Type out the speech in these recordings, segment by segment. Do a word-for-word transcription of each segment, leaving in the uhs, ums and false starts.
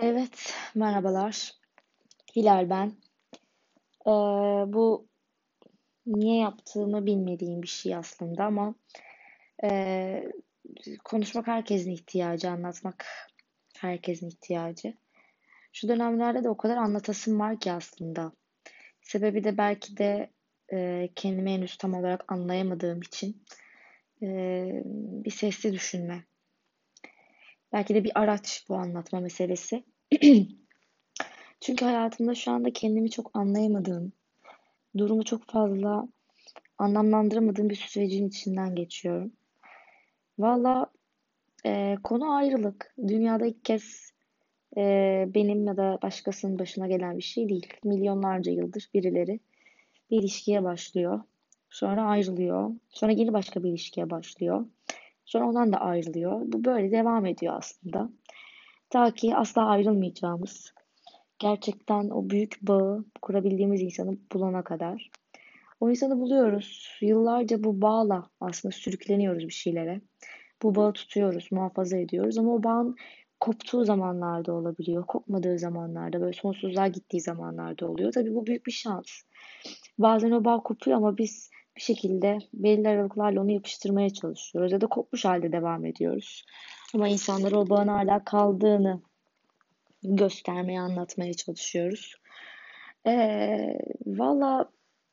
Evet, merhabalar. Hilal ben. Ee, bu niye yaptığımı bilmediğim bir şey aslında ama ee, konuşmak herkesin ihtiyacı, anlatmak herkesin ihtiyacı. Şu dönemlerde de o kadar anlatasım var ki aslında. Sebebi de belki de ee, kendimi henüz tam olarak anlayamadığım için ee, bir sesli düşünme. Belki de bir araç bu anlatma meselesi. Çünkü hayatımda şu anda kendimi çok anlayamadığım, durumu çok fazla anlamlandıramadığım bir sürecin içinden geçiyorum. Valla e, konu ayrılık. Dünyada ilk kez e, benim ya da başkasının başına gelen bir şey değil. Milyonlarca yıldır birileri bir ilişkiye başlıyor. Sonra ayrılıyor. Sonra yeni başka bir ilişkiye başlıyor. Sonra ondan da ayrılıyor. Bu böyle devam ediyor aslında. Ta ki asla ayrılmayacağımız, gerçekten o büyük bağı kurabildiğimiz insanı bulana kadar. O insanı buluyoruz. Yıllarca bu bağla aslında sürükleniyoruz bir şeylere. Bu bağı tutuyoruz, muhafaza ediyoruz ama o bağın koptuğu zamanlarda olabiliyor. Kopmadığı zamanlarda, böyle sonsuzluğa gittiği zamanlarda oluyor. Tabii bu büyük bir şans. Bazen o bağ kopuyor ama biz bir şekilde belirli aralıklarla onu yapıştırmaya çalışıyoruz ya da kopmuş halde devam ediyoruz. Ama insanlara o bağın hala kaldığını göstermeye, anlatmaya çalışıyoruz. Ee, valla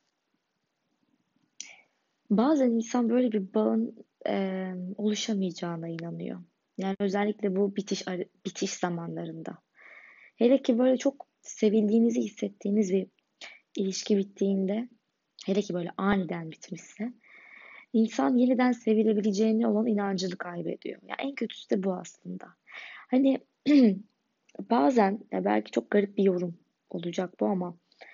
bazen insan böyle bir bağın eee, oluşamayacağına inanıyor. Yani özellikle bu bitiş bitiş zamanlarında. Hele ki böyle çok sevildiğinizi hissettiğiniz bir ilişki bittiğinde, hele ki böyle aniden bitmişse, insan yeniden sevilebileceğine olan inancını kaybediyor. Yani en kötüsü de bu aslında. Hani bazen ya belki çok garip bir yorum olacak bu ama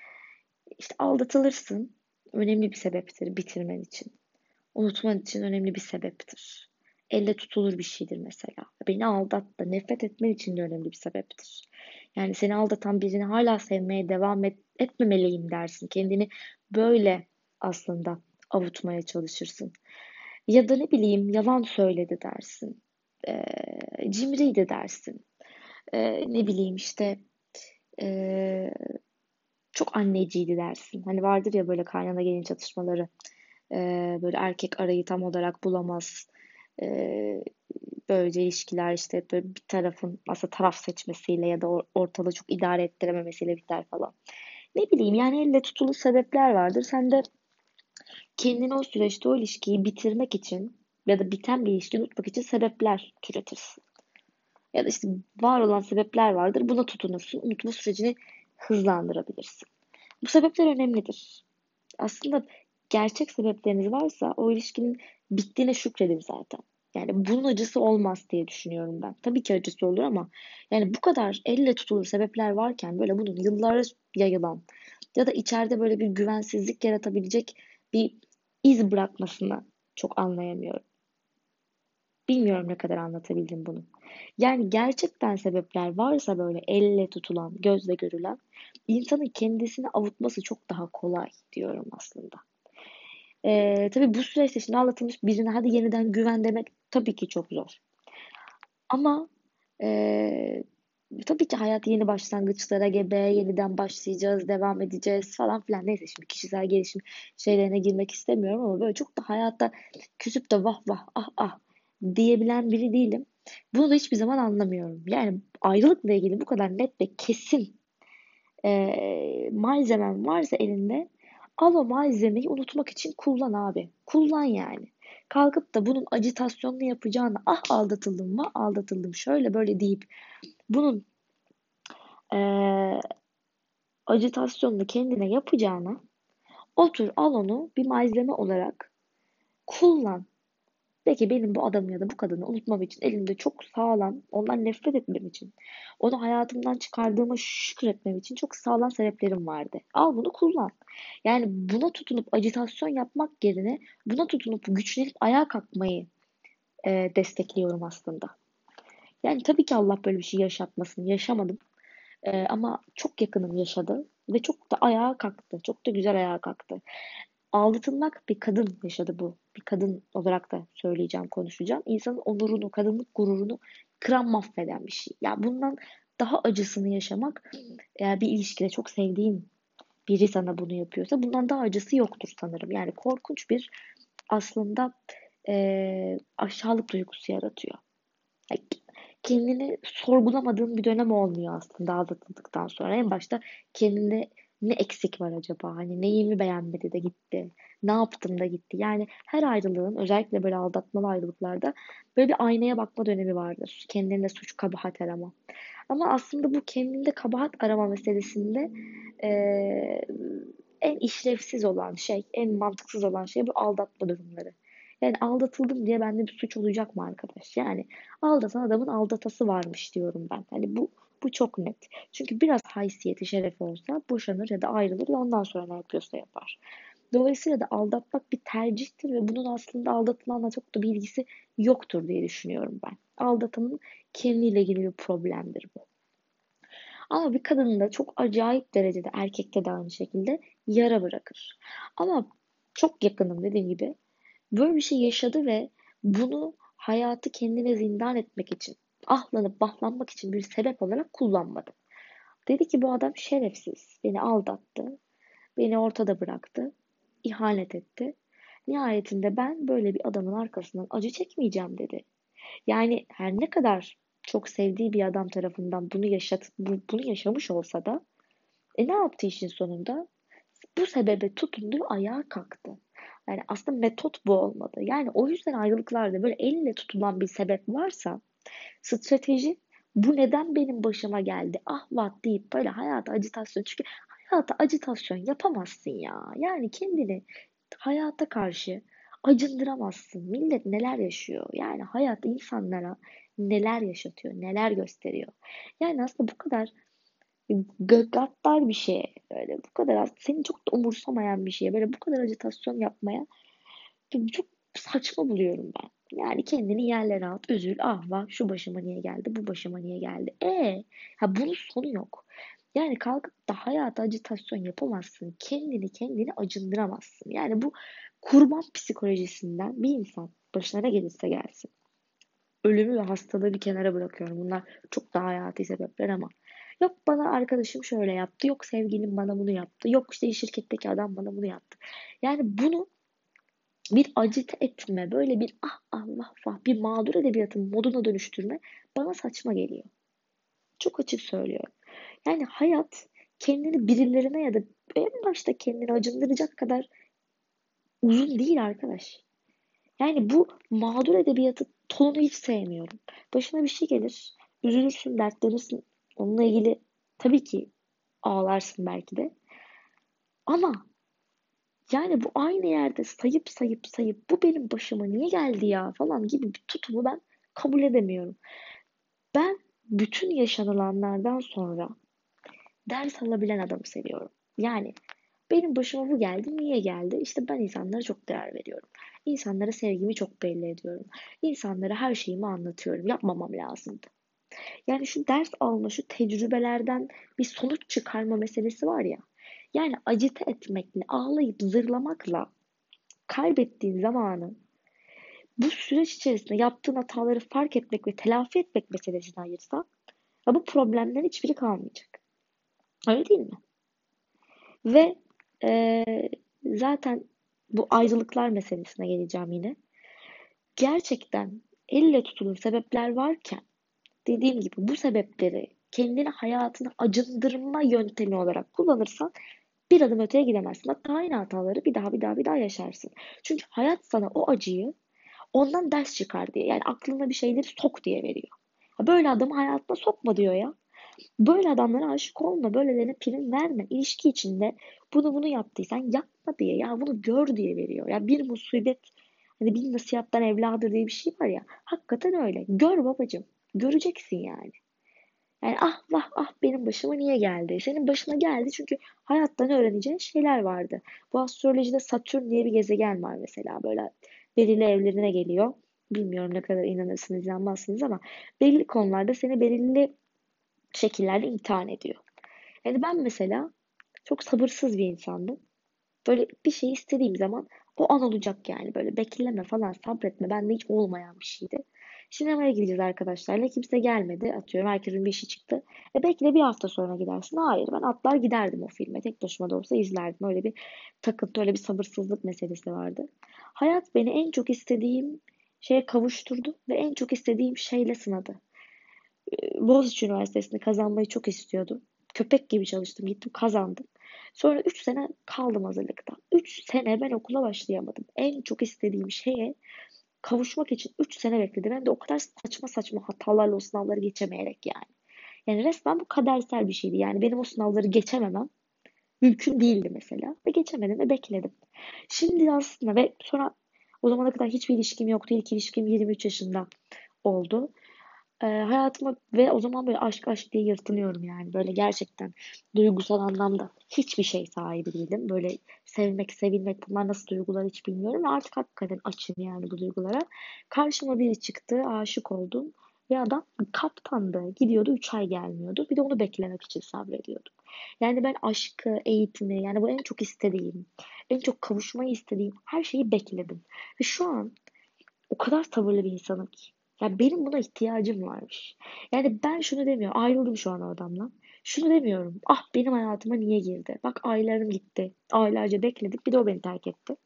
işte aldatılırsın. Önemli bir sebeptir bitirmen için. Unutman için önemli bir sebeptir. Elle tutulur bir şeydir mesela. Beni aldattı. Nefret etmen için de önemli bir sebeptir. Yani seni aldatan birini hala sevmeye devam et, etmemeliyim dersin. Kendini böyle aslında avutmaya çalışırsın. Ya da ne bileyim yalan söyledi dersin. Ee, cimriydi dersin. Ee, ne bileyim işte ee, çok anneciydi dersin. Hani vardır ya böyle kaynana gelin çatışmaları. Ee, böyle erkek arayı tam olarak bulamaz. Ee, Böylece ilişkiler işte böyle bir tarafın aslında taraf seçmesiyle ya da ortalığı çok idare ettirememesiyle biter falan. Ne bileyim yani elle tutulur sebepler vardır. Sen de kendini o süreçte o ilişkiyi bitirmek için ya da biten bir ilişkiyi unutmak için sebepler türetirsin. Ya da işte var olan sebepler vardır. Buna tutunursun. Unutma sürecini hızlandırabilirsin. Bu sebepler önemlidir. Aslında gerçek sebepleriniz varsa o ilişkinin bittiğine şükredin zaten. Yani bunun acısı olmaz diye düşünüyorum ben. Tabii ki acısı olur ama yani bu kadar elle tutulur sebepler varken böyle bunun yıllara yayılan ya da içeride böyle bir güvensizlik yaratabilecek bir iz bırakmasını çok anlayamıyorum. Bilmiyorum ne kadar anlatabildim bunu. Yani gerçekten sebepler varsa böyle elle tutulan, gözle görülen, insanın kendisini avutması çok daha kolay diyorum aslında. Ee, tabii bu süreçte şimdi aldatılmış birine hadi yeniden güven demek tabii ki çok zor. Ama ee, tabii ki hayat yeni başlangıçlara gebe, yeniden başlayacağız, devam edeceğiz falan filan. Neyse şimdi kişisel gelişim şeylerine girmek istemiyorum ama böyle çok da hayatta küsüp de vah vah ah ah diyebilen biri değilim. Bunu da hiçbir zaman anlamıyorum. Yani ayrılıkla ilgili bu kadar net ve kesin e, malzemen varsa elinde al o malzemeyi unutmak için kullan abi. Kullan yani. Kalkıp da bunun acitasyonunu yapacağını ah aldatıldım mı aldatıldım şöyle böyle deyip bunun e, acitasyonunu kendine yapacağına otur al onu bir malzeme olarak kullan. De ki benim bu adamı ya da bu kadını unutmam için elimde çok sağlam, ondan nefret etmem için, onu hayatımdan çıkardığıma şükretmem için çok sağlam sebeplerim vardı. Al bunu kullan. Yani buna tutunup ajitasyon yapmak yerine buna tutunup güçlenip ayağa kalkmayı e, destekliyorum aslında. Yani tabii ki Allah böyle bir şey yaşatmasın. Yaşamadım. E, ama çok yakınım yaşadı ve çok da ayağa kalktı. Çok da güzel ayağa kalktı. Aldatılmak bir kadın yaşadı bu. Bir kadın olarak da söyleyeceğim, konuşacağım. İnsanın onurunu, kadınlık gururunu kıran mahveden bir şey. Ya bundan daha acısını yaşamak, eğer bir ilişkide çok sevdiğin biri sana bunu yapıyorsa bundan daha acısı yoktur sanırım. Yani korkunç bir aslında eee, aşağılık duygusu yaratıyor. Yani kendini sorgulamadığın bir dönem olmuyor aslında aldatıldıktan sonra. En başta kendinde ne eksik var acaba? Hani neyimi beğenmedi de gitti? Ne yaptım da gitti? Yani her ayrılığın, özellikle böyle aldatmalı ayrılıklarda böyle bir aynaya bakma dönemi vardır. Kendinde suç, kabahat arama. Ama aslında bu kendinde kabahat arama meselesinde eee, en işlevsiz olan şey, en mantıksız olan şey bu aldatma durumları. Yani aldatıldım diye bende bir suç olacak mı arkadaş? Yani aldatan adamın aldatası varmış diyorum ben. Hani bu bu çok net. Çünkü biraz haysiyeti, şerefi olsa boşanır ya da ayrılır ve ondan sonra ne yapıyorsa yapar. Dolayısıyla da aldatmak bir tercihtir ve bunun aslında aldatılanla çok da bir ilgisi yoktur diye düşünüyorum ben. Aldatanın kendiyle ilgili bir problemdir bu. Ama bir kadının da çok acayip derecede, erkekte de aynı şekilde yara bırakır. Ama çok yakınım dediğim gibi böyle bir şey yaşadı ve bunu hayatı kendine zindan etmek için, ahlanıp bahlanmak için bir sebep olarak kullanmadı. Dedi ki bu adam şerefsiz, beni aldattı, beni ortada bıraktı, ihanet etti. Nihayetinde ben böyle bir adamın arkasından acı çekmeyeceğim dedi. Yani her ne kadar çok sevdiği bir adam tarafından bunu yaşat, bu- bunu yaşamış olsa da e ne yaptı işin sonunda? Bu sebebe tutundu, ayağa kalktı. Yani aslında metot bu olmadı. Yani o yüzden ayrılıklarda böyle elle tutulan bir sebep varsa strateji bu neden benim başıma geldi? Ah vat deyip böyle hayata acitasyon. Çünkü hayata acitasyon yapamazsın ya. Yani kendini hayata karşı acındıramazsın. Millet neler yaşıyor? Yani hayat insanlara neler yaşatıyor, neler gösteriyor. Yani aslında bu kadar gaddar bir şeye, böyle bu kadar az- seni çok da umursamayan bir şeye böyle bu kadar ajitasyon yapmaya çok saçma buluyorum ben. Yani kendini yerlere at, üzül, ah vah şu başıma niye geldi, bu başıma niye geldi. E, ha bunun sonu yok. Yani kalkıp da hayata ajitasyon yapamazsın. Kendini kendini acındıramazsın. Yani bu kurban psikolojisinden bir insan başına ne gelirse gelsin. Ölümü ve hastalığı bir kenara bırakıyorum. Bunlar çok daha hayati sebepler ama. Yok bana arkadaşım şöyle yaptı. Yok sevgilim bana bunu yaptı. Yok işte şirketteki adam bana bunu yaptı. Yani bunu bir acite etme, böyle bir ah Allah vah bir mağdur edebiyatın moduna dönüştürme bana saçma geliyor. Çok açık söylüyorum. Yani hayat kendini birilerine ya da en başta kendini acındıracak kadar uzun değil arkadaş. Yani bu mağdur edebiyatı tonunu hiç sevmiyorum. Başına bir şey gelir, üzülürsün, dertlenirsin. Onunla ilgili tabii ki ağlarsın belki de. Ama yani bu aynı yerde sayıp sayıp sayıp bu benim başıma niye geldi ya falan gibi bir tutumu ben kabul edemiyorum. Ben bütün yaşanılanlardan sonra ders alabilen adamı seviyorum. Yani benim başıma bu geldi, niye geldi? İşte ben insanlara çok değer veriyorum. İnsanlara sevgimi çok belli ediyorum. İnsanlara her şeyimi anlatıyorum. Yapmamam lazımdı. Yani şu ders alma, şu tecrübelerden bir sonuç çıkarma meselesi var ya. Yani acite etmekle, ağlayıp zırlamakla kaybettiğin zamanı bu süreç içerisinde yaptığın hataları fark etmek ve telafi etmek meselesine ayırsan, ya bu problemlerin hiçbiri kalmayacak. Öyle değil mi? Ve eee, zaten bu ayrılıklar meselesine geleceğim yine. Gerçekten elle tutulur sebepler varken dediğim gibi bu sebepleri kendini hayatını acındırma yöntemi olarak kullanırsan bir adım öteye gidemezsin. Hatta aynı hataları bir daha bir daha bir daha yaşarsın. Çünkü hayat sana o acıyı ondan ders çıkar diye. Yani aklına bir şeyleri sok diye veriyor. Böyle adamı hayatına sokma diyor ya. Böyle adamlara aşık olma. Böylelerine prim verme. İlişki içinde bunu bunu yaptıysan yapma diye. Ya bunu gör diye veriyor. Ya bir musibet hani bir nasihattan evladır diye bir şey var ya. Hakikaten öyle. Gör babacığım. Göreceksin yani. Yani ah vah ah benim başıma niye geldi? Senin başına geldi çünkü hayattan öğreneceğin şeyler vardı. Bu astrolojide Satürn diye bir gezegen var mesela. Böyle belirli evlerine geliyor. Bilmiyorum ne kadar inanırsınız inanmazsınız ama belli konularda seni belirli şekillerde imtihan ediyor. Yani ben mesela çok sabırsız bir insandım. Böyle bir şey istediğim zaman o an olacak yani. Böyle bekleme falan sabretme bende hiç olmayan bir şeydi. Sinemaya gideceğiz arkadaşlarla. Kimse gelmedi. Atıyorum herkesin bir işi çıktı. E belki de bir hafta sonra gidersin. Hayır, ben atlar giderdim o filme. Tek başıma da olsa izlerdim. Öyle bir takıntı, öyle bir sabırsızlık meselesi vardı. Hayat beni en çok istediğim şeye kavuşturdu ve en çok istediğim şeyle sınadı. Boğaziçi Üniversitesi'ni kazanmayı çok istiyordum. Köpek gibi çalıştım, gittim kazandım. Sonra üç sene kaldım hazırlıkta. üç sene ben okula başlayamadım. En çok istediğim şeye kavuşmak için üç sene bekledim. Hem de o kadar saçma saçma hatalarla o sınavları geçemeyerek yani. Yani resmen bu kadersel bir şeydi. Yani benim o sınavları geçememem mümkün değildi mesela. Ve geçemedim ve bekledim. Şimdi aslında ve sonra o zamana kadar hiçbir ilişkim yoktu. İlk ilişkim yirmi üç yaşında oldu. Ee, hayatıma ve o zaman böyle aşk aşk diye yırtınıyorum yani. Böyle gerçekten duygusal anlamda hiçbir şey sahibi değilim. Böyle sevmek, sevilmek bunlar nasıl duygular hiç bilmiyorum. Ve artık hakikaten açım yani bu duygulara. Karşıma biri çıktı, aşık oldum. Ve adam kaptandı. Gidiyordu, üç ay gelmiyordu. Bir de onu beklemek için sabrediyordum. Yani ben aşkı, eğitimi, yani bu en çok istediğim, en çok kavuşmayı istediğim her şeyi bekledim. Ve şu an o kadar sabırlı bir insanım ki. Ya benim buna ihtiyacım varmış. Yani ben şunu demiyorum. Ayrıldım şu an o adamla. Şunu demiyorum. Ah benim hayatıma niye girdi? Bak aylarım gitti. Aylarca bekledik. Bir de o beni terk etti.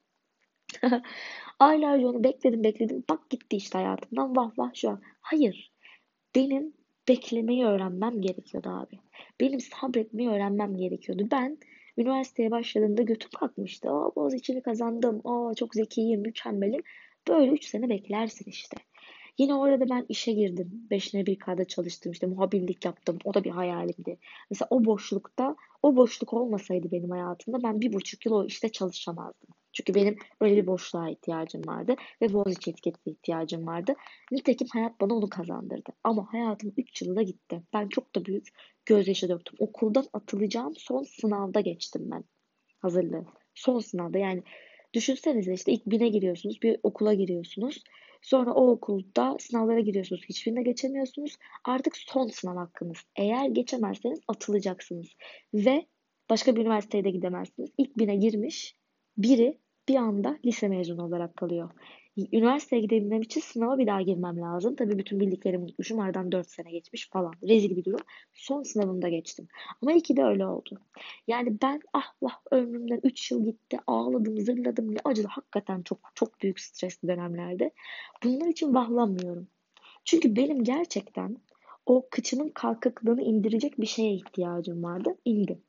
Aylarca onu bekledim bekledim. Bak gitti işte hayatımdan. Vah vah şu an. Hayır. Benim beklemeyi öğrenmem gerekiyordu abi. Benim sabretmeyi öğrenmem gerekiyordu. Ben üniversiteye başladığımda götüm kalkmıştı. Aa, Boğaziçi'ni kazandım. Aa, çok zekiyim, mükemmelim. Böyle üç sene beklersin işte. Yine orada ben işe girdim. beş N bir K'da çalıştım. İşte muhabirlik yaptım. O da bir hayalimdi. Mesela o boşlukta, o boşluk olmasaydı benim hayatımda ben bir buçuk yıl o işte çalışamazdım. Çünkü benim öyle bir boşluğa ihtiyacım vardı ve Boğaziçi etiketine ihtiyacım vardı. Nitekim hayat bana onu kazandırdı. Ama hayatım üç yılda gitti. Ben çok da büyük gözyaşı döktüm. Okuldan atılacağım son sınavda geçtim ben hazırlığı. Son sınavda yani düşünsenize işte ilk bine giriyorsunuz, bir okula giriyorsunuz. Sonra o okulda sınavlara giriyorsunuz. Hiçbirine geçemiyorsunuz. Artık son sınav hakkınız. Eğer geçemezseniz atılacaksınız. Ve başka bir üniversiteye de gidemezsiniz. İlk bine girmiş biri bir anda lise mezunu olarak kalıyor. Üniversiteye gidebilmem için sınava bir daha girmem lazım. Tabii bütün bildiklerimi unutmuşum. Aradan dört sene geçmiş falan. Rezil bir durum. Son sınavımda geçtim. Ama iyi ki de öyle oldu. Yani ben ah vah ömrümden üç yıl gitti. Ağladım, zırladım. Ne acıdı. Hakikaten çok çok büyük stresli dönemlerde. Bunlar için vahlanmıyorum. Çünkü benim gerçekten o kıçımın kalkıklığını indirecek bir şeye ihtiyacım vardı. İndi.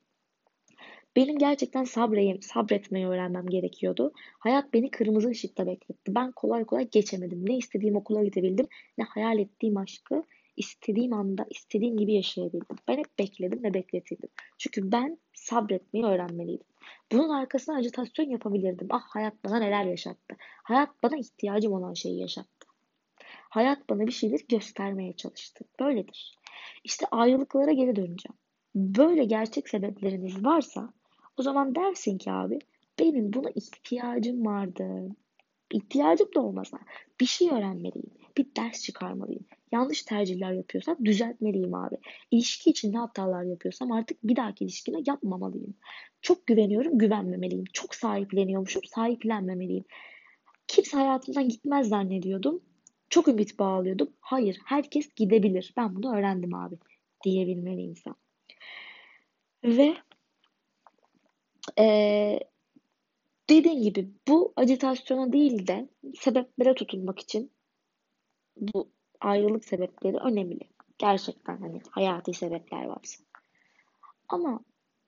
Benim gerçekten sabreyim, sabretmeyi öğrenmem gerekiyordu. Hayat beni kırmızı ışıkta bekletti. Ben kolay kolay geçemedim. Ne istediğim okula gidebildim, ne hayal ettiğim aşkı istediğim anda, istediğim gibi yaşayabildim. Ben hep bekledim ve bekletildim. Çünkü ben sabretmeyi öğrenmeliydim. Bunun arkasına ajitasyon yapabilirdim. Ah hayat bana neler yaşattı. Hayat bana ihtiyacım olan şeyi yaşattı. Hayat bana bir şeyleri göstermeye çalıştı. Böyledir. İşte ayrılıklara geri döneceğim. Böyle gerçek sebepleriniz varsa o zaman dersin ki abi benim buna ihtiyacım vardı. İhtiyacım da olmasa bir şey öğrenmeliyim. Bir ders çıkarmalıyım. Yanlış tercihler yapıyorsam düzeltmeliyim abi. İlişki için ne hatalar yapıyorsam artık bir dahaki ilişkime yapmamalıyım. Çok güveniyorum, güvenmemeliyim. Çok sahipleniyormuşum, sahiplenmemeliyim. Kimse hayatımdan gitmez zannediyordum. Çok ümit bağlıyordum. Hayır, herkes gidebilir. Ben bunu öğrendim abi diyebilmeli insan. Ve eee dediğim gibi bu acitasyona değil de sebeplere tutunmak için bu ayrılık sebepleri önemli. Gerçekten hani hayati sebepler varsa. Ama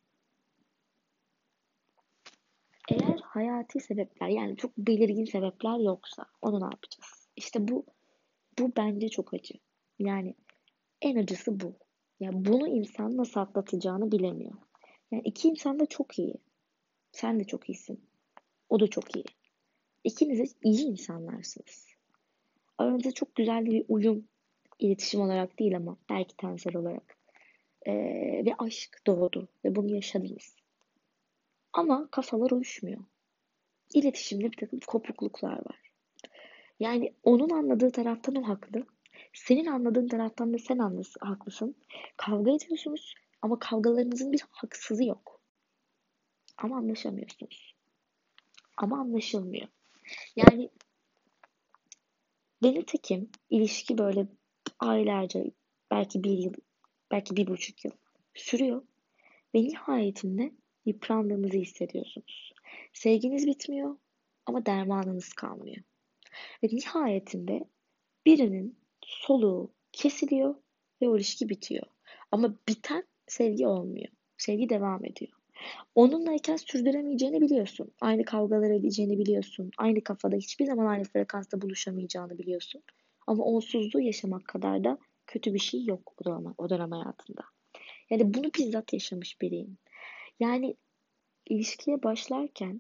eğer hayati sebepler yani çok belirgin sebepler yoksa onu ne yapacağız? İşte bu bu bence çok acı. Yani en acısı bu. Ya bunu insan nasıl atlatacağını bilemiyor. Yani iki insan da çok iyi. Sen de çok iyisin. O da çok iyi. İkiniz de iyi insanlarsınız. Aranızda çok güzel bir uyum, iletişim olarak değil ama belki tensel olarak. Ee, ve aşk doğdu ve bunu yaşadınız. Ama kafalar uyuşmuyor. İletişimde bir takım kopukluklar var. Yani onun anladığı taraftan o haklı. Senin anladığın taraftan da sen anlasın, haklısın. Kavga ediyorsunuz ama kavgalarınızın bir haksızı yok. Ama anlaşamıyorsunuz. Ama anlaşılmıyor. Yani Ve nitekim ilişki böyle aylarca, belki bir yıl, belki bir buçuk yıl sürüyor. Ve nihayetinde yıprandığınızı hissediyorsunuz. Sevginiz bitmiyor ama dermanınız kalmıyor. Ve nihayetinde birinin soluğu kesiliyor ve o ilişki bitiyor. Ama biten sevgi olmuyor. Sevgi devam ediyor. Onunlayken sürdüremeyeceğini biliyorsun. Aynı kavgalar edeceğini biliyorsun. Aynı kafada hiçbir zaman aynı frekansta buluşamayacağını biliyorsun. Ama onsuzluğu yaşamak kadar da kötü bir şey yok o dönem, o dönem hayatında. Yani bunu bizzat yaşamış biriyim. Yani ilişkiye başlarken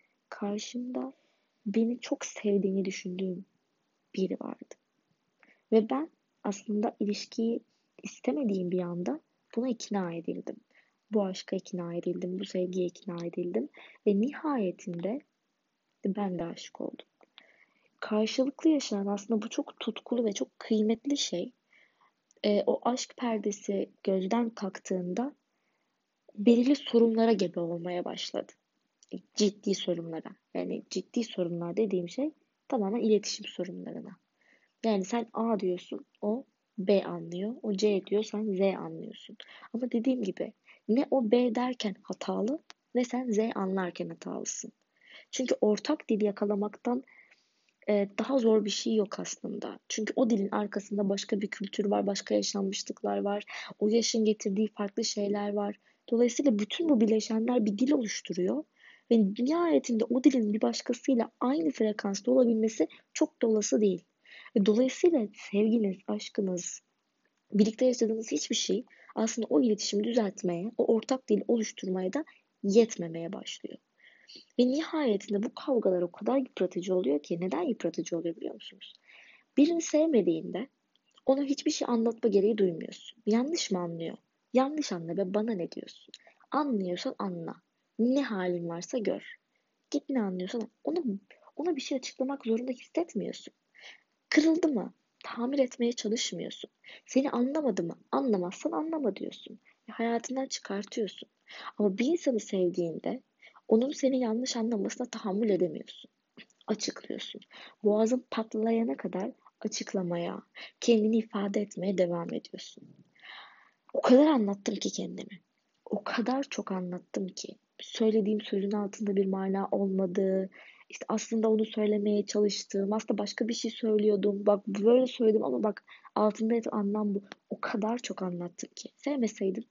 karşımda beni çok sevdiğini düşündüğüm biri vardı. Ve ben aslında ilişkiyi istemediğim bir anda buna ikna edildim. Bu aşka ikna edildim, bu sevgiye ikna edildim ve nihayetinde ben de aşık oldum. Karşılıklı yaşanan aslında bu çok tutkulu ve çok kıymetli şey. E, o aşk perdesi gözden kalktığında belirli sorunlara gebe olmaya başladı. Ciddi sorunlara. Yani ciddi sorunlar dediğim şey tamamen iletişim sorunlarına. Yani sen A diyorsun, o B anlıyor. O C diyor, sen Z anlıyorsun. Ama dediğim gibi ne o B derken hatalı ne sen Z anlarken hatalısın. Çünkü ortak dil yakalamaktan e, daha zor bir şey yok aslında. Çünkü o dilin arkasında başka bir kültür var, başka yaşanmışlıklar var. O yaşın getirdiği farklı şeyler var. Dolayısıyla bütün bu bileşenler bir dil oluşturuyor. Ve nihayetinde o dilin bir başkasıyla aynı frekansta olabilmesi çok da olası değil. Ve dolayısıyla sevginiz, aşkınız, birlikte yaşadığınız hiçbir şey aslında o iletişimi düzeltmeye, o ortak dil oluşturmaya da yetmemeye başlıyor. Ve nihayetinde bu kavgalar o kadar yıpratıcı oluyor ki, neden yıpratıcı oluyor biliyor musunuz? Birini sevmediğinde ona hiçbir şey anlatma gereği duymuyorsun. Yanlış mı anlıyor? Yanlış anla ve bana ne diyorsun? Anlıyorsan anla. Ne halin varsa gör. Git ne anlıyorsan ona, ona bir şey açıklamak zorunda hissetmiyorsun. Kırıldı mı? Tamir etmeye çalışmıyorsun. Seni anlamadı mı? Anlamazsan anlama diyorsun. Ve hayatından çıkartıyorsun. Ama bir insanı sevdiğinde onun seni yanlış anlamasına tahammül edemiyorsun. Açıklıyorsun. Boğazın patlayana kadar açıklamaya, kendini ifade etmeye devam ediyorsun. O kadar anlattım ki kendimi. O kadar çok anlattım ki. Söylediğim sözün altında bir mana olmadığı, işte aslında onu söylemeye çalıştığım, aslında başka bir şey söylüyordum. Bak böyle söyledim ama bak altında yatan anlam bu. O kadar çok anlattım ki. Sevmeseydim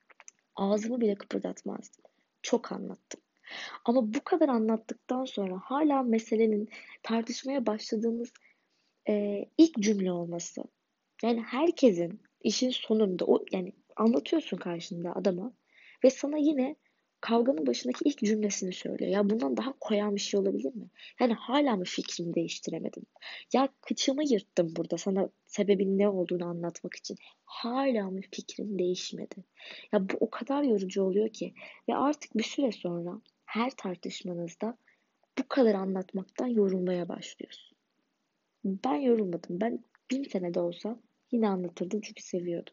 ağzımı bile kıpırdatmazdım. Çok anlattım. Ama bu kadar anlattıktan sonra hala meselenin tartışmaya başladığımız e, ilk cümle olması. Yani herkesin işin sonunda o yani anlatıyorsun karşında adama ve sana yine kavganın başındaki ilk cümlesini söylüyor. Ya bundan daha koyan bir şey olabilir mi? Yani hala mı fikrimi değiştiremedim? Ya kıçımı yırttım burada sana sebebin ne olduğunu anlatmak için. Hala mı fikrin değişmedi? Ya bu o kadar yorucu oluyor ki ve artık bir süre sonra her tartışmanızda bu kadar anlatmaktan yorulmaya başlıyorsun. Ben yorulmadım. Ben bin sene de olsa yine anlatırdım çünkü seviyordum.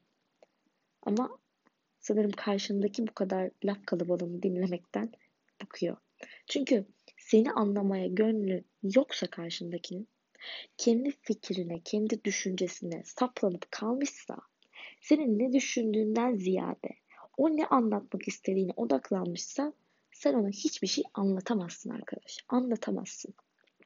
Ama sanırım karşımdaki bu kadar laf kalabalığını dinlemekten bıkıyor. Çünkü seni anlamaya gönlü yoksa karşındakinin, kendi fikrine, kendi düşüncesine saplanıp kalmışsa, senin ne düşündüğünden ziyade o ne anlatmak istediğine odaklanmışsa sen ona hiçbir şey anlatamazsın arkadaş. Anlatamazsın.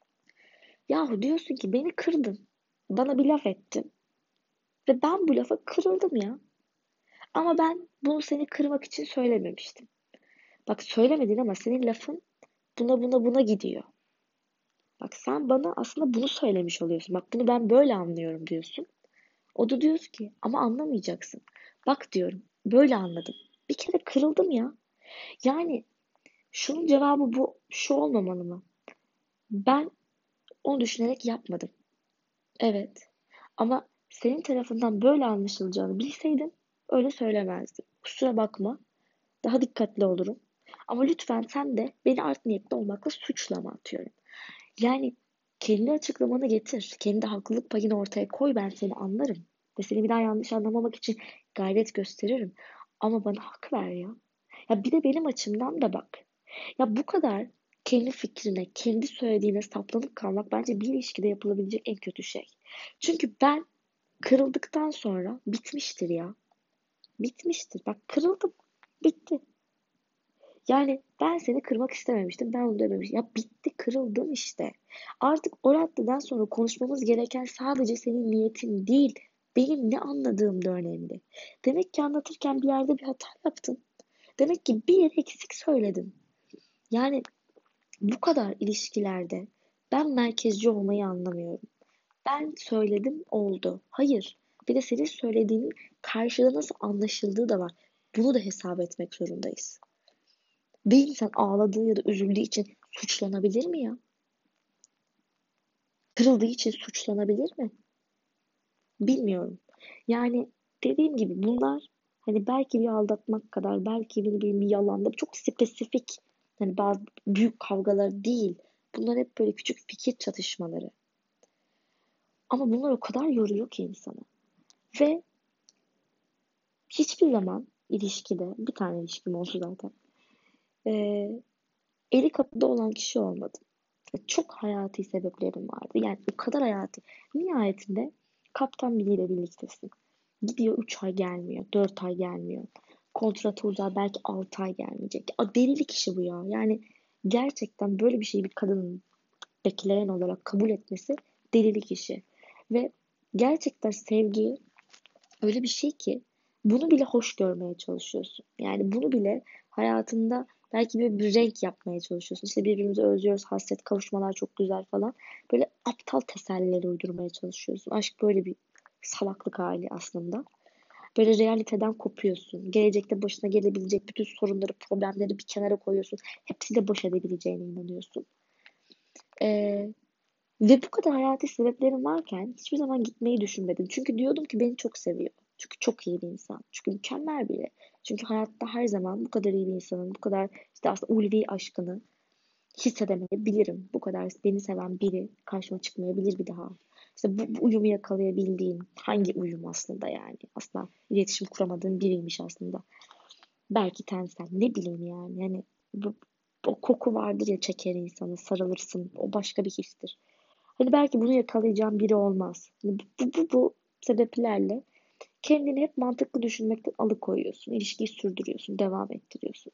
Yahu diyorsun ki beni kırdın. Bana bir laf ettin. Ve ben bu lafa kırıldım ya. Ama ben bunu seni kırmak için söylememiştim. Bak söylemedin ama senin lafın buna buna buna gidiyor. Bak sen bana aslında bunu söylemiş oluyorsun. Bak bunu ben böyle anlıyorum diyorsun. O da diyor ki ama anlamayacaksın. Bak diyorum böyle anladım. Bir kere kırıldım ya. Yani şunun cevabı bu şu olmamalı mı? Ben onu düşünerek yapmadım. Evet. Ama senin tarafından böyle anlaşılacağını bilseydim öyle söylemezdim. Kusura bakma. Daha dikkatli olurum. Ama lütfen sen de beni art niyetli olmakla suçlama atıyorum. Yani kendi açıklamanı getir. Kendi haklılık payını ortaya koy, ben seni anlarım. Ve seni bir daha yanlış anlamamak için gayret gösteririm. Ama bana hak ver ya. Ya bir de benim açımdan da bak. Ya bu kadar kendi fikrine, kendi söylediğine saplanıp kalmak bence bir ilişkide yapılabilecek en kötü şey. Çünkü ben kırıldıktan sonra bitmiştir ya. Bitmiştir. Bak kırıldım. Bitti. Yani ben seni kırmak istememiştim. Ben onu dememiştim. Ya bitti, kırıldım işte. Artık o raddeden sonra konuşmamız gereken sadece senin niyetin değil. Benim ne anladığım da önemli. Demek ki anlatırken bir yerde bir hata yaptın. Demek ki bir yere eksik söyledin. Yani bu kadar ilişkilerde ben merkezci olmayı anlamıyorum. Ben söyledim oldu. Hayır. Bir de senin söylediğinin karşıda nasıl anlaşıldığı da var. Bunu da hesap etmek zorundayız. Bir insan ağladığı ya da üzüldüğü için suçlanabilir mi ya? Kırıldığı için suçlanabilir mi? Bilmiyorum. Yani dediğim gibi bunlar hani belki bir aldatmak kadar, belki bir, bir, bir yalanda çok spesifik, hani bazı büyük kavgalar değil. Bunlar hep böyle küçük fikir çatışmaları. Ama bunlar o kadar yoruyor ki insanı. Ve hiçbir zaman ilişkide, bir tane ilişkim oldu zaten, eee, eli kapıda olan kişi olmadı. Çok hayati sebeplerim vardı. Yani o kadar hayati. Nihayetinde kaptan biriyle birliktesin. Gidiyor üç ay gelmiyor, dört ay gelmiyor. Kontratı uzar belki altı ay gelmeyecek. A, delilik işi bu ya. Yani gerçekten böyle bir şeyi bir kadının bekleyen olarak kabul etmesi delilik işi. Ve gerçekten sevgi öyle bir şey ki bunu bile hoş görmeye çalışıyorsun. Yani bunu bile hayatında belki bir, bir renk yapmaya çalışıyorsun. İşte birbirimizi özlüyoruz, hasret, kavuşmalar çok güzel falan. Böyle aptal teselliler uydurmaya çalışıyorsun. Aşk böyle bir salaklık hali aslında. Böyle realiteden kopuyorsun. Gelecekte başına gelebilecek bütün sorunları, problemleri bir kenara koyuyorsun. Hepsiyle baş edebileceğine inanıyorsun. Ee, Ve bu kadar hayati sebeplerim varken hiçbir zaman gitmeyi düşünmedim. Çünkü diyordum ki beni çok seviyor. Çünkü çok iyi bir insan. Çünkü mükemmel biri. Çünkü hayatta her zaman bu kadar iyi bir insanın, bu kadar işte aslında ulvi aşkını hissedemeyebilirim. Bu kadar beni seven biri karşıma çıkmayabilir bir daha. İşte bu, bu uyumu yakalayabildiğim hangi uyum aslında yani. Aslında iletişim kuramadığım biriymiş aslında. Belki tensel ne bileyim yani. Yani bu, o koku vardır ya, çeker insanı, sarılırsın. O başka bir histir. Hani belki bunu yakalayacağım biri olmaz. Hani bu, bu, bu, bu sebeplerle kendini hep mantıklı düşünmekten alıkoyuyorsun. İlişkiyi sürdürüyorsun, devam ettiriyorsun.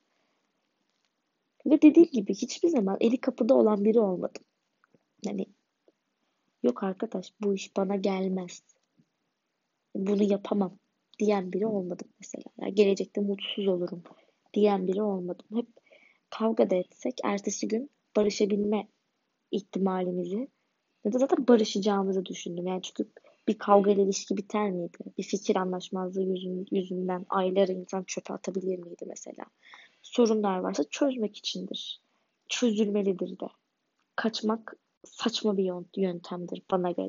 Ve dediğim gibi hiçbir zaman eli kapıda olan biri olmadım. Yani yok arkadaş, bu iş bana gelmez. Bunu yapamam diyen biri olmadım mesela. Yani gelecekte mutsuz olurum diyen biri olmadım. Hep kavga da etsek ertesi gün barışabilme ihtimalimizi ya da zaten barışacağımızı düşündüm. Yani çünkü bir kavga ile ilişki biter miydi? Bir fikir anlaşmazlığı yüzün, yüzünden aylar insan çöpe atabilir miydi mesela? Sorunlar varsa çözmek içindir. Çözülmelidir de. Kaçmak saçma bir yöntemdir bana göre.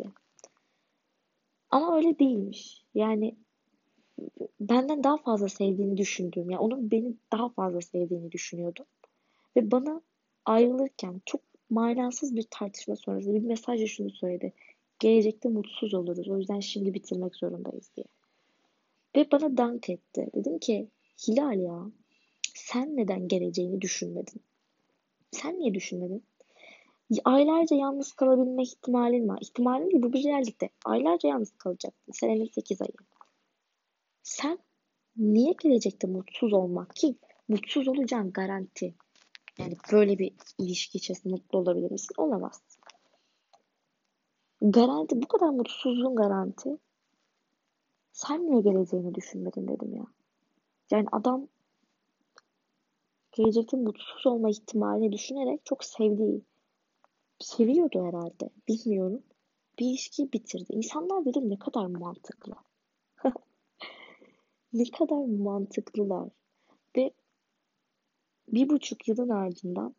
Ama öyle değilmiş. Yani benden daha fazla sevdiğini düşündüğüm, yani onun beni daha fazla sevdiğini düşünüyordum. Ve bana ayrılırken çok manasız bir tartışma sonrası bir mesajla şunu söyledi. Gelecekte mutsuz oluruz. O yüzden şimdi bitirmek zorundayız diye. Ve bana dank etti. Dedim ki Hilal ya, sen neden geleceğini düşünmedin? Sen niye düşünmedin? Aylarca yalnız kalabilme ihtimalin var. İhtimalin değil, bu bir realite. Aylarca yalnız kalacaktın. Senenin sekiz ayı. Sen niye gelecekte mutsuz olmak ki? Mutsuz olacağın garanti. Yani böyle bir ilişki içerisinde mutlu olabilir misin? Olamazsın. Garanti, bu kadar mutsuzluğun garanti. Sen niye geleceğini düşünmedin dedim ya. Yani adam gelecekte mutsuz olma ihtimalini düşünerek çok sevdiği, seviyordu herhalde. Bilmiyorum. Bir ilişkiyi bitirdi. İnsanlar dedim ne kadar mantıklı. Ne kadar mantıklılar. Ve bir buçuk yılın ardından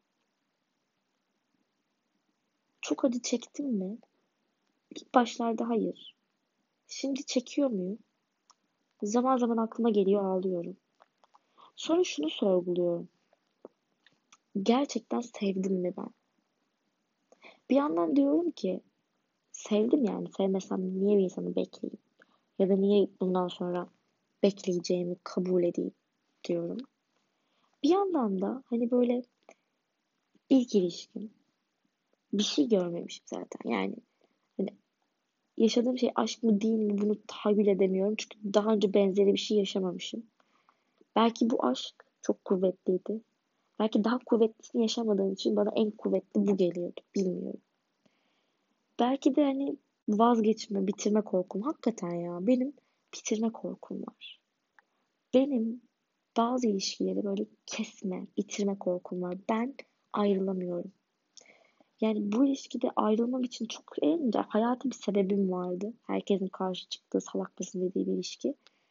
çok acı çektim mi? İlk başlarda hayır. Şimdi çekiyor muyum? Zaman zaman aklıma geliyor, ağlıyorum. Sonra şunu sorguluyorum. Gerçekten sevdim mi ben? Bir yandan diyorum ki sevdim, yani sevmesem niye bir insanı bekleyeyim? Ya da niye bundan sonra bekleyeceğimi kabul edeyim diyorum. Bir yandan da hani böyle İlk ilişkim. Bir şey görmemişim zaten. Yani hani yaşadığım şey aşk mı değil mi bunu tahayyül edemiyorum. Çünkü daha önce benzeri bir şey yaşamamışım. Belki bu aşk çok kuvvetliydi. Belki daha kuvvetlisini yaşamadığım için bana en kuvvetli bu geliyordu. Bilmiyorum. Belki de hani vazgeçme, bitirme korkum. Hakikaten ya benim bitirme korkum var. Benim bazı ilişkileri böyle kesme, bitirme korkum var. Ben ayrılamıyorum. Yani bu ilişkide ayrılmam için çok en de hayati bir sebebim vardı. Herkesin karşı çıktığı salak mısın dediği bir ilişki.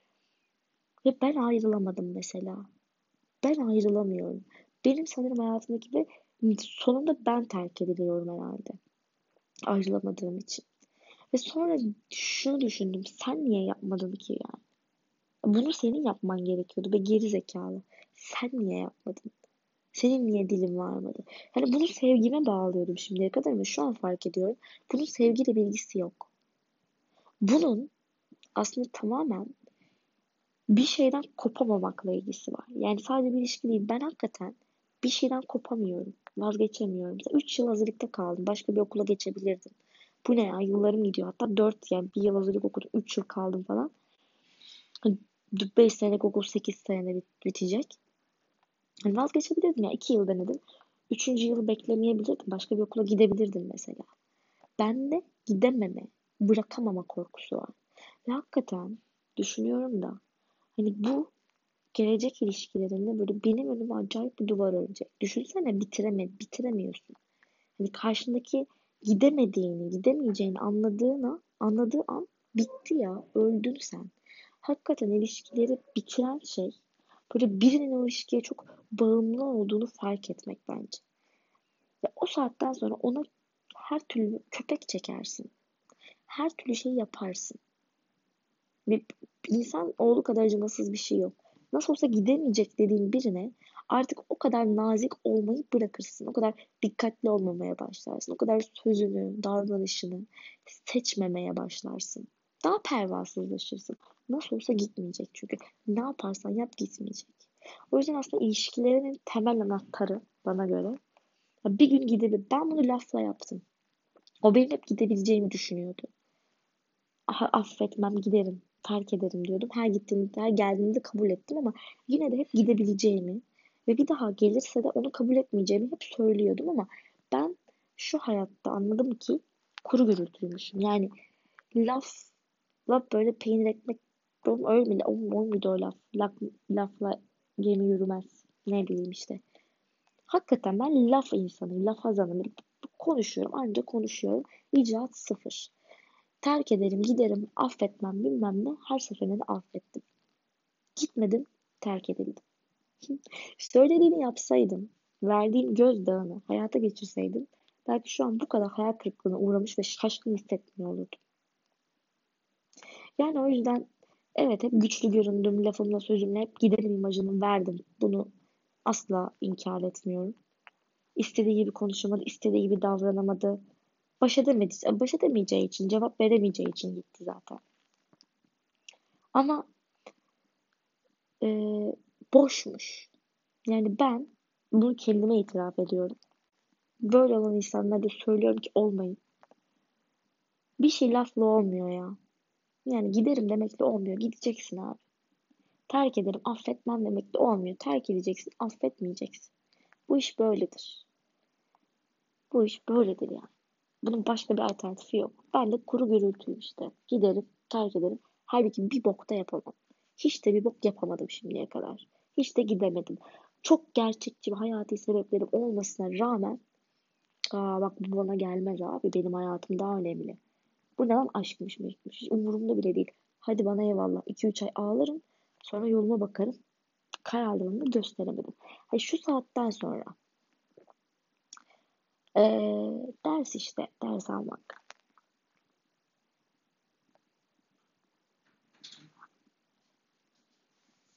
Ve ben ayrılamadım mesela. Ben ayrılamıyorum. Benim sanırım hayatımdaki ve sonunda ben terk ediliyorum herhalde. Ayrılamadığım için. Ve sonra şunu düşündüm. Sen niye yapmadın ki yani? Bunu senin yapman gerekiyordu be geri zekalı. Sen niye yapmadın? Senin niye dilin varmadı? Hani bunu sevgime bağlıyordum şimdiye kadar ama şu an fark ediyorum. Bunun sevgiyle bir ilgisi yok. Bunun aslında tamamen bir şeyden kopamamakla ilgisi var. Yani sadece bir ilişki değil. Ben hakikaten bir şeyden kopamıyorum. Vazgeçemiyorum. Mesela üç yıl hazırlıkta kaldım. Başka bir okula geçebilirdim. Bu ne ya? Yıllarım gidiyor. Hatta dört yani bir yıl hazırlık okudum. Üç yıl kaldım falan. Hani beş senelik okul sekiz sene bitecek. Hani vazgeçebilirdim ya. iki yıl denedim. Üçüncü yılı beklemeyebilirdim. Başka bir okula gidebilirdim mesela. Bende gidememe, bırakamama korkusu var. Ve hakikaten düşünüyorum da hani bu gelecek ilişkilerinde böyle benim önüme acayip bir duvar örecek. Düşünsene bitireme, bitiremiyorsun. Hani karşındaki gidemediğini, gidemeyeceğini anladığına, anladığı an bitti ya, öldün sen. Hakikaten ilişkileri bitiren şey böyle birinin o ilişkiye çok bağımlı olduğunu fark etmek bence. Ve o saatten sonra ona her türlü köpek çekersin. Her türlü şeyi yaparsın. Bir insan oğlu kadar acımasız bir şey yok. Nasıl olsa gidemeyecek dediğin birine artık o kadar nazik olmayı bırakırsın. O kadar dikkatli olmamaya başlarsın. O kadar sözünü, davranışını seçmemeye başlarsın. Daha pervasızlaşırsın. Nasıl olsa gitmeyecek çünkü. Ne yaparsan yap gitmeyecek. O yüzden aslında ilişkilerin temel anahtarı bana göre bir gün gidebilir. Ben bunu lafla yaptım. O benim hep gidebileceğimi düşünüyordu. Aha, affetmem giderim, terk ederim diyordum. Her gittiğimde, her geldiğimde kabul ettim ama yine de hep gidebileceğimi ve bir daha gelirse de onu kabul etmeyeceğimi hep söylüyordum ama ben şu hayatta anladım ki kuru gürültüymüşüm. Yani laf, laf böyle peynir ekmek oğlum öyle mi? Oğlum, o muydu o laf? Laf, lafla gemi yürümez. Ne bileyim işte. Hakikaten ben laf insanıyım, laf azanım. Konuşuyorum, ancak konuşuyorum. İcraat sıfır. Terk ederim, giderim, affetmem bilmem ne. Her seferinde de affettim. Gitmedim, terk edildim. Söylediğini yapsaydım, verdiğim gözdağını hayata geçirseydim, belki şu an bu kadar hayal kırıklığına uğramış ve şaşkın hissetmiyor olurdum. Yani o yüzden evet hep güçlü göründüm, lafımla sözümle hep giderim imajını verdim. Bunu asla inkar etmiyorum. İstediği gibi konuşamadı, istediği gibi davranamadı. Baş edemedi, baş edemeyeceği için, cevap veremeyeceği için gitti zaten. Ama e, boşmuş. Yani ben bunu kendime itiraf ediyorum. Böyle olan insanlara da söylüyorum ki olmayın. Bir şey lafla olmuyor ya. Yani giderim demekle olmuyor. Gideceksin abi. Terk ederim, affetmem demekle olmuyor. Terk edeceksin, affetmeyeceksin. Bu iş böyledir. Bu iş böyledir yani. Bunun başka bir alternatifi yok. Ben de kuru gürültü işte. Giderim, terk ederim. Halbuki bir bok da yapamam. Hiç de bir bok yapamadım şimdiye kadar. Hiç de gidemedim. Çok gerçekçi ve hayati sebeplerim olmasına rağmen aa bak bu bana gelmez abi. Benim hayatım daha önemli. Bu ne lan aşkmış meşkmiş. Hiç umurumda bile değil. Hadi bana eyvallah. iki üç ay ağlarım. Sonra yoluma bakarım. Kararlılığımı gösteremedim. Hani şu saatten sonra ee, ders işte. Ders almak.